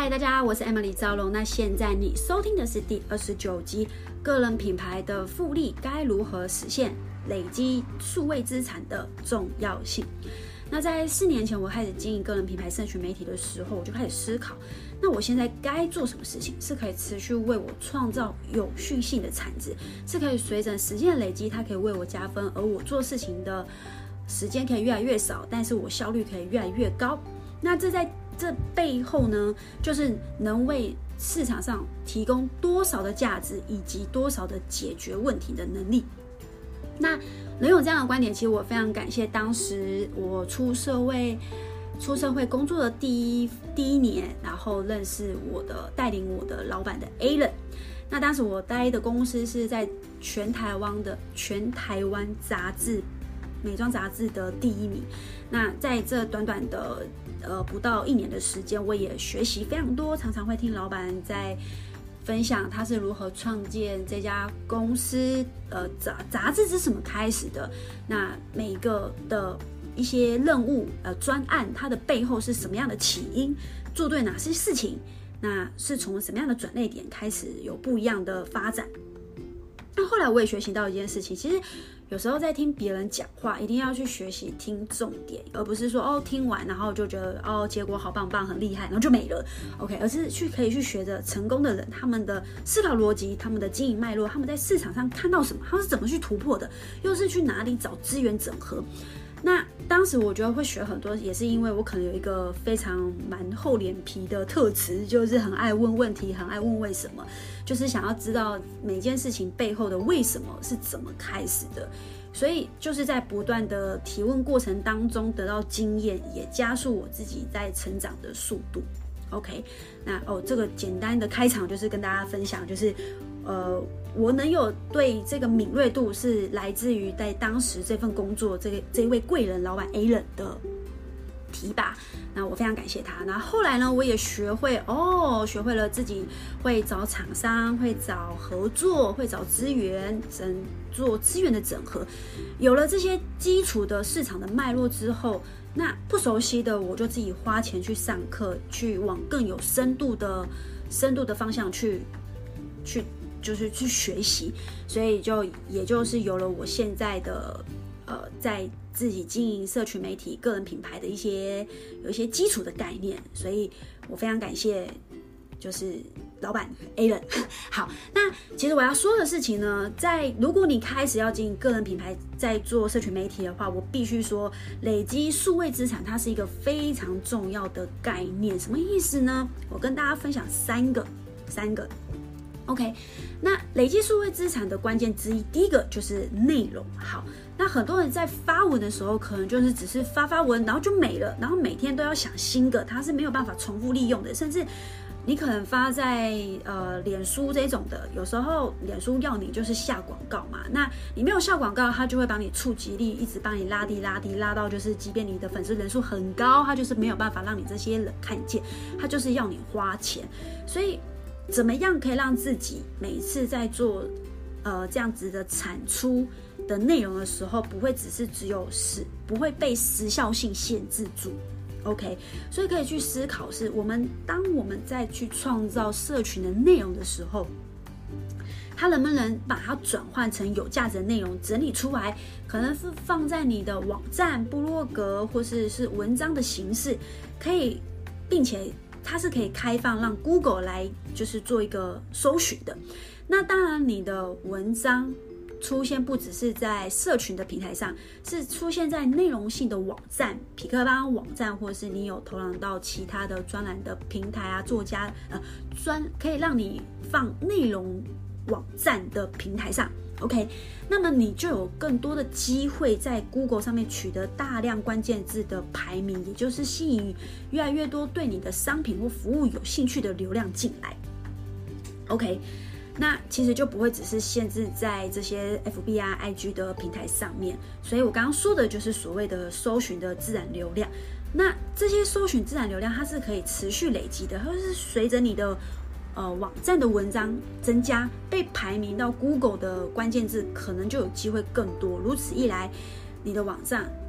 大家，我是 Emily 赵龙。那现在你收听的是第29集，个人品牌的复利该如何实现，累积数位资产的重要性。那在4年前我开始经营个人品牌社群媒体的时候，我就开始思考，那我现在该做什么事情是可以持续为我创造有序性的产值，是可以随着时间的累积，它可以为我加分，而我做事情的时间可以越来越少，但是我效率可以越来越高。那在这背后呢，就是能为市场上提供多少的价值，以及多少的解决问题的能力。那能有这样的观点，其实我非常感谢当时我出社会工作的第一年，然后认识带领我的老板的 Alan。那当时我待的公司是在全台湾美妆杂志的第1名。那在这短短的不到1年的时间，我也学习非常多，常常会听老板在分享他是如何创建这家公司，杂志是什么开始的，那每一个的一些任务专案，它的背后是什么样的起因，做对哪些事情，那是从什么样的转捩点开始有不一样的发展。那后来我也学习到一件事情，其实有时候在听别人讲话，一定要去学习听重点，而不是说听完然后就觉得结果好棒棒很厉害，然后就没了 OK， 而是可以去学着成功的人他们的思考逻辑，他们的经营脉络，他们在市场上看到什么，他们是怎么去突破的，又是去哪里找资源整合。那当时我觉得会学很多，也是因为我可能有一个非常蛮厚脸皮的特质，就是很爱问问题，很爱问为什么，就是想要知道每件事情背后的为什么是怎么开始的。所以就是在不断的提问过程当中得到经验，也加速我自己在成长的速度。OK， 那这个简单的开场就是跟大家分享，就是我能有对这个敏锐度是来自于在当时这份工作这一位贵人老板 Alan 的提拔，那我非常感谢他。那后来呢，我也学会了自己会找厂商，会找合作，会找资源，做资源的整合。有了这些基础的市场的脉络之后，那不熟悉的我就自己花钱去上课，去往更有深度的方向去学习，所以也就是有了我现在的在自己经营社群媒体个人品牌的有一些基础的概念，所以我非常感谢就是老板 Alan。 好，那其实我要说的事情呢，如果你开始要经营个人品牌，在做社群媒体的话，我必须说累积数位资产它是一个非常重要的概念。什么意思呢？我跟大家分享三个OK， 那累积数位资产的关键之一，第一个就是内容。好，那很多人在发文的时候，可能就是只是发文，然后就没了，然后每天都要想新的，它是没有办法重复利用的。甚至你可能发在脸书这种的，有时候脸书要你就是下广告嘛，那你没有下广告，它就会帮你触及率一直帮你拉低，拉到就是即便你的粉丝人数很高，它就是没有办法让你这些人看见，它就是要你花钱。所以怎么样可以让自己每一次在做这样子的产出的内容的时候，不会不会被时效性限制住 OK， 所以可以去思考是当我们在去创造社群的内容的时候，它能不能把它转换成有价值的内容，整理出来，可能是放在你的网站、部落格或是文章的形式，并且它是可以开放让 Google 来就是做一个搜寻的。那当然你的文章出现不只是在社群的平台上，是出现在内容性的网站，痞客邦网站，或是你有投朗到其他的专栏的平台啊，作家可以让你放内容网站的平台上 OK， 那么你就有更多的机会在 Google 上面取得大量关键字的排名，也就是吸引越来越多对你的商品或服务有兴趣的流量进来 OK， 那其实就不会只是限制在这些 FB 啊 IG 的平台上面。所以我刚刚说的就是所谓的搜寻的自然流量。那这些搜寻自然流量它是可以持续累积的，它是随着你的网站的文章增加，被排名到 Google 的关键字可能就有机会更多。如此一来，你的网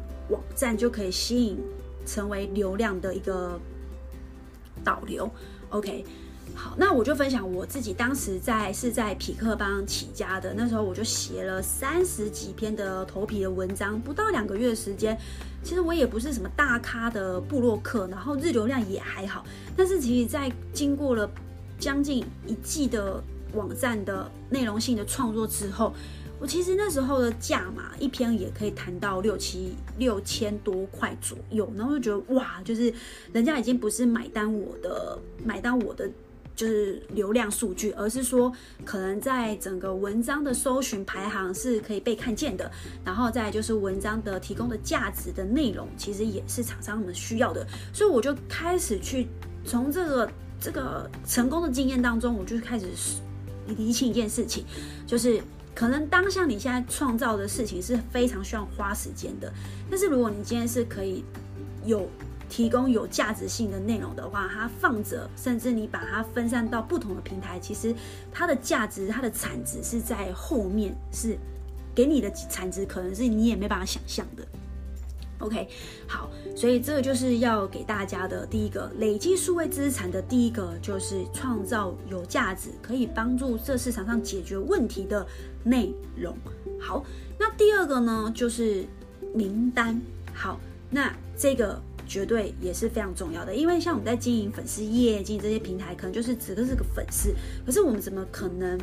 站就可以吸引成为流量的一个导流 OK， 好，那我就分享我自己当时是在痞客邦起家的，那时候我就写了30几篇的头皮的文章，不到2个月的时间。其实我也不是什么大咖的部落客，然后日流量也还好，但是其实在经过了将近1季的网站的内容性的创作之后，我其实那时候的价码一篇也可以谈到6000多块左右，然后就觉得哇，就是人家已经不是买单我的就是流量数据，而是说可能在整个文章的搜寻排行是可以被看见的，然后再来就是文章的提供的价值的内容，其实也是厂商们需要的，所以我就开始去从这个成功的经验当中，我就开始理清一件事情，就是可能当下你现在创造的事情是非常需要花时间的，但是如果你今天是可以提供有价值性的内容的话，它放着，甚至你把它分散到不同的平台，其实它的价值、它的产值是在后面，是给你的产值可能是你也没办法想象的。OK， 好，所以这个就是要给大家的第一个累积数位资产的第一个，就是创造有价值，可以帮助这市场上解决问题的内容。好，那第二个呢，就是名单。好，那这个绝对也是非常重要的，因为像我们在经营粉丝页、经营这些平台，可能就是指的是个粉丝，可是我们怎么可能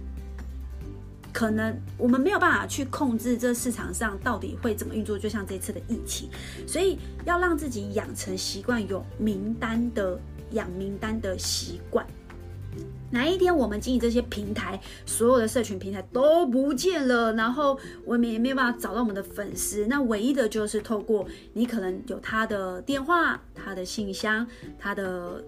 我们没有办法去控制这市场上到底会怎么运作，就像这次的疫情，所以要让自己养成习惯有养名单的习惯。哪一天我们经营这些平台，所有的社群平台都不见了，然后我们也没有办法找到我们的粉丝，那唯一的就是透过你可能有他的电话、他的信箱、他的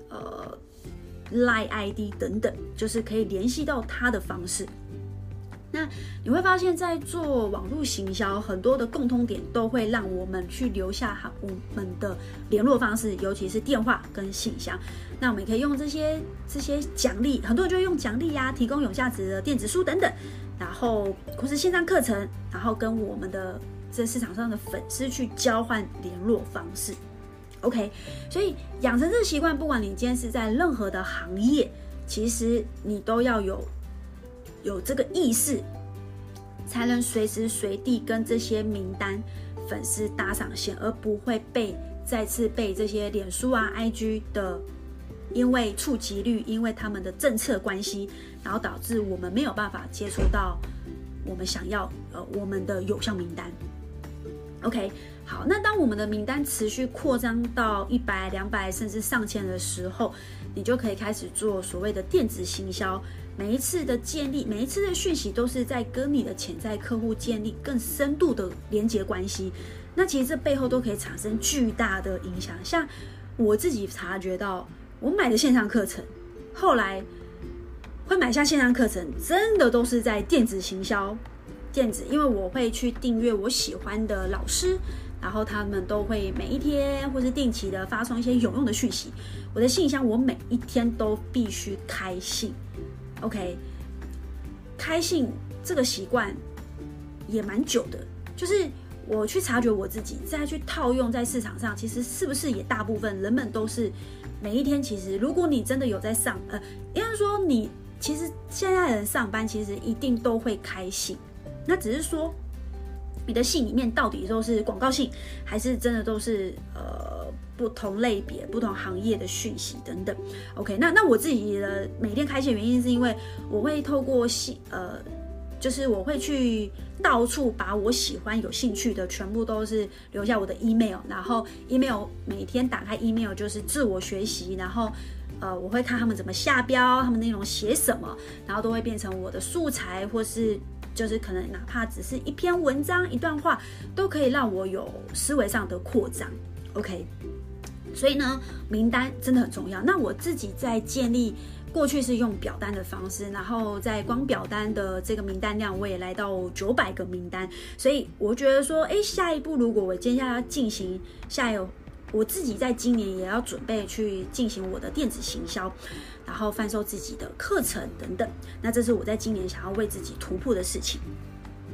LINE ID 等等，就是可以联系到他的方式。那你会发现在做网络行销，很多的共通点都会让我们去留下我们的联络方式，尤其是电话跟信箱。那我们也可以用这些奖励，很多人就会用奖励提供有价值的电子书等等，然后或是线上课程，然后跟我们的这市场上的粉丝去交换联络方式。OK， 所以养成这个习惯，不管你今天是在任何的行业，其实你都要有这个意识，才能随时随地跟这些名单粉丝搭上线，而不会再次被这些脸书IG 的因为触及率，因为他们的政策关系，然后导致我们没有办法接触到我们想要我们的有效名单。OK， 好，那当我们的名单持续扩张到100、200甚至上千的时候，你就可以开始做所谓的电子行销。每一次的建立，每一次的讯息都是在跟你的潜在客户建立更深度的连结关系。那其实这背后都可以产生巨大的影响。像我自己察觉到，我买的线上课程，后来会买下线上课程，真的都是在电子行销。因为我会去订阅我喜欢的老师，然后他们都会每一天或是定期的发送一些有用的讯息。我的信箱我每一天都必须开信。OK， 开信这个习惯也蛮久的，就是我去察觉我自己，再去套用在市场上，其实是不是也大部分人们都是每一天，其实如果你真的有在应该说你其实现在人上班其实一定都会开信，那只是说你的信里面到底都是广告信，还是真的都是不同类别、不同行业的讯息等等。OK， 那我自己的每天开信的原因是因为我会透过就是我会去到处把我喜欢、有兴趣的全部都是留下我的 email， 然后 email 每天打开 email 就是自我学习，然后我会看他们怎么下标，他们内容写什么，然后都会变成我的素材，或是就是可能哪怕只是一篇文章、一段话，都可以让我有思维上的扩张。OK， 所以呢，名单真的很重要。那我自己在建立，过去是用表单的方式，然后在光表单的这个名单量，我也来到900个名单。所以我觉得说，下一步如果我接下来要进行我自己在今年也要准备去进行我的电子行销，然后贩售自己的课程等等。那这是我在今年想要为自己突破的事情。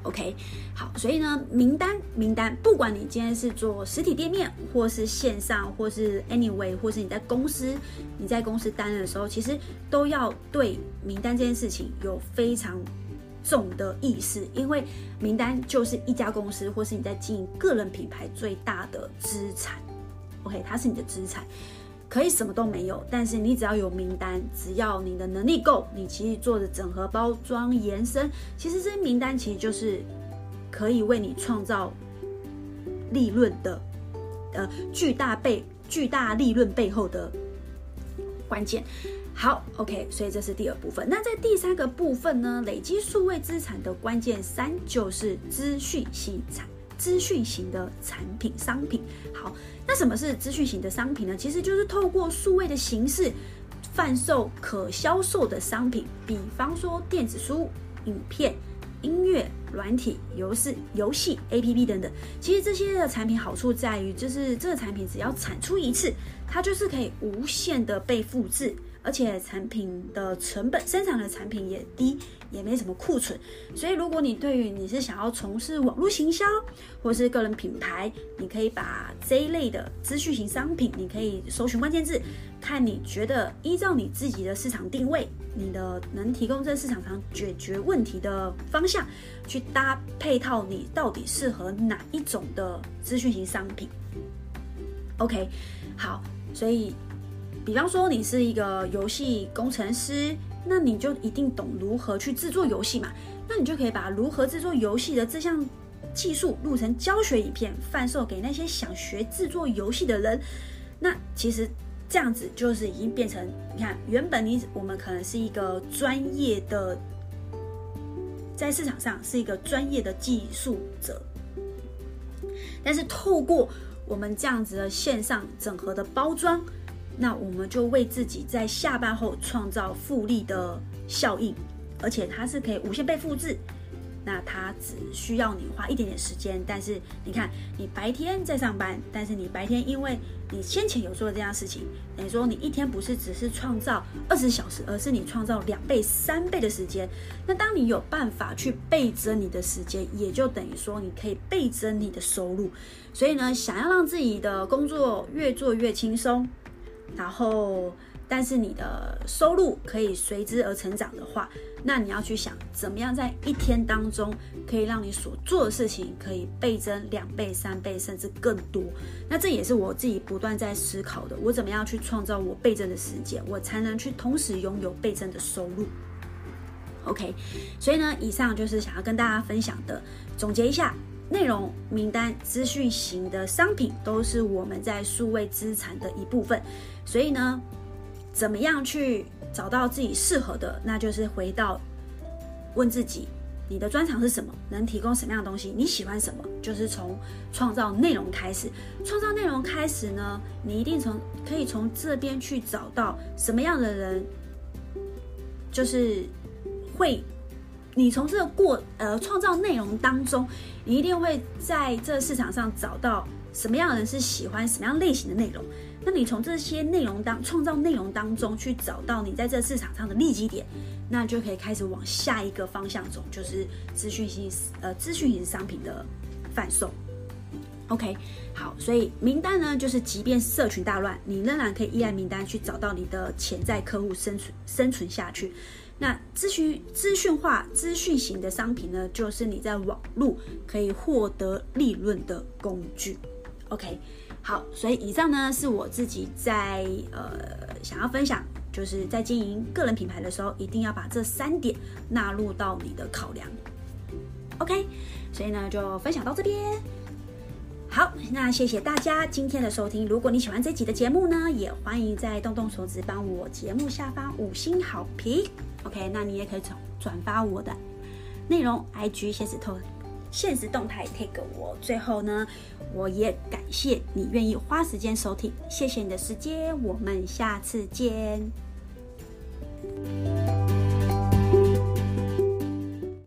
OK， 好，所以呢，名单，不管你今天是做实体店面，或是线上，或是 anyway， 或是你在公司担任的时候，其实都要对名单这件事情有非常重的意识，因为名单就是一家公司或是你在经营个人品牌最大的资产。OK， 它是你的资产。可以什么都没有，但是你只要有名单，只要你的能力够，你其实做的整合、包装、延伸，其实这些名单其实就是可以为你创造利润的，巨大利润背后的关键。好 ，OK， 所以这是第二部分。那在第三个部分呢，累积数位资产的关键3就是资讯型的产品商品。好，那什么是资讯型的商品呢？其实就是透过数位的形式贩售可销售的商品，比方说电子书、影片、音乐、软体、游戏 APP 等等。其实这些的产品好处在于，就是这个产品只要产出一次，它就是可以无限的被复制，而且产品的成本，生产的产品也低，也没什么库存。所以如果你对于你是想要从事网络行销或是个人品牌，你可以把这一类的资讯型商品，你可以搜寻关键字，看你觉得依照你自己的市场定位，你的能提供这个市场上解决问题的方向，去搭配套你到底适合哪一种的资讯型商品。OK， 好，所以比方说你是一个游戏工程师，那你就一定懂如何去制作游戏嘛，那你就可以把如何制作游戏的这项技术录成教学影片，贩售给那些想学制作游戏的人。那其实这样子就是已经变成，你看原本我们可能是一个专业的，在市场上是一个专业的技术者，但是透过我们这样子的线上整合的包装，那我们就为自己在下班后创造复利的效应，而且它是可以无限被复制。那它只需要你花一点点时间，但是你看，你白天在上班，但是你白天因为你先前有做了这样事情，等于说你一天不是只是创造20小时，而是你创造2倍、3倍的时间。那当你有办法去倍增你的时间，也就等于说你可以倍增你的收入。所以呢，想要让自己的工作越做越轻松，然后但是你的收入可以随之而成长的话，那你要去想怎么样在一天当中可以让你所做的事情可以倍增2倍、3倍甚至更多。那这也是我自己不断在思考的，我怎么样去创造我倍增的时间，我才能去同时拥有倍增的收入。OK， 所以呢，以上就是想要跟大家分享的。总结一下，内容名单、资讯型的商品都是我们在数位资产的一部分。所以呢，怎么样去找到自己适合的，那就是回到问自己，你的专长是什么，能提供什么样的东西，你喜欢什么，就是从创造内容开始。创造内容开始呢，你一定可以从这边去找到什么样的人，就是你从这个创造内容当中，你一定会在这个市场上找到什么样的人是喜欢什么样类型的内容。那你从这些创造内容当中去找到你在这个市场上的利基点，那就可以开始往下一个方向走，就是资讯型商品的贩售。OK， 好，所以名单呢，就是即便社群大乱，你仍然可以依赖名单去找到你的潜在客户生存下去。那资讯型的商品呢，就是你在网络可以获得利润的工具。OK， 好，所以以上呢是我自己在想要分享，就是在经营个人品牌的时候，一定要把这3点纳入到你的考量。OK， 所以呢就分享到这边。好，那谢谢大家今天的收听。如果你喜欢这集的节目呢，也欢迎在动动手指帮我节目下方5星好评。OK， 那你也可以转发我的内容 IG 限时动态 tag 我。最后呢，我也感谢你愿意花时间收听，谢谢你的时间，我们下次见。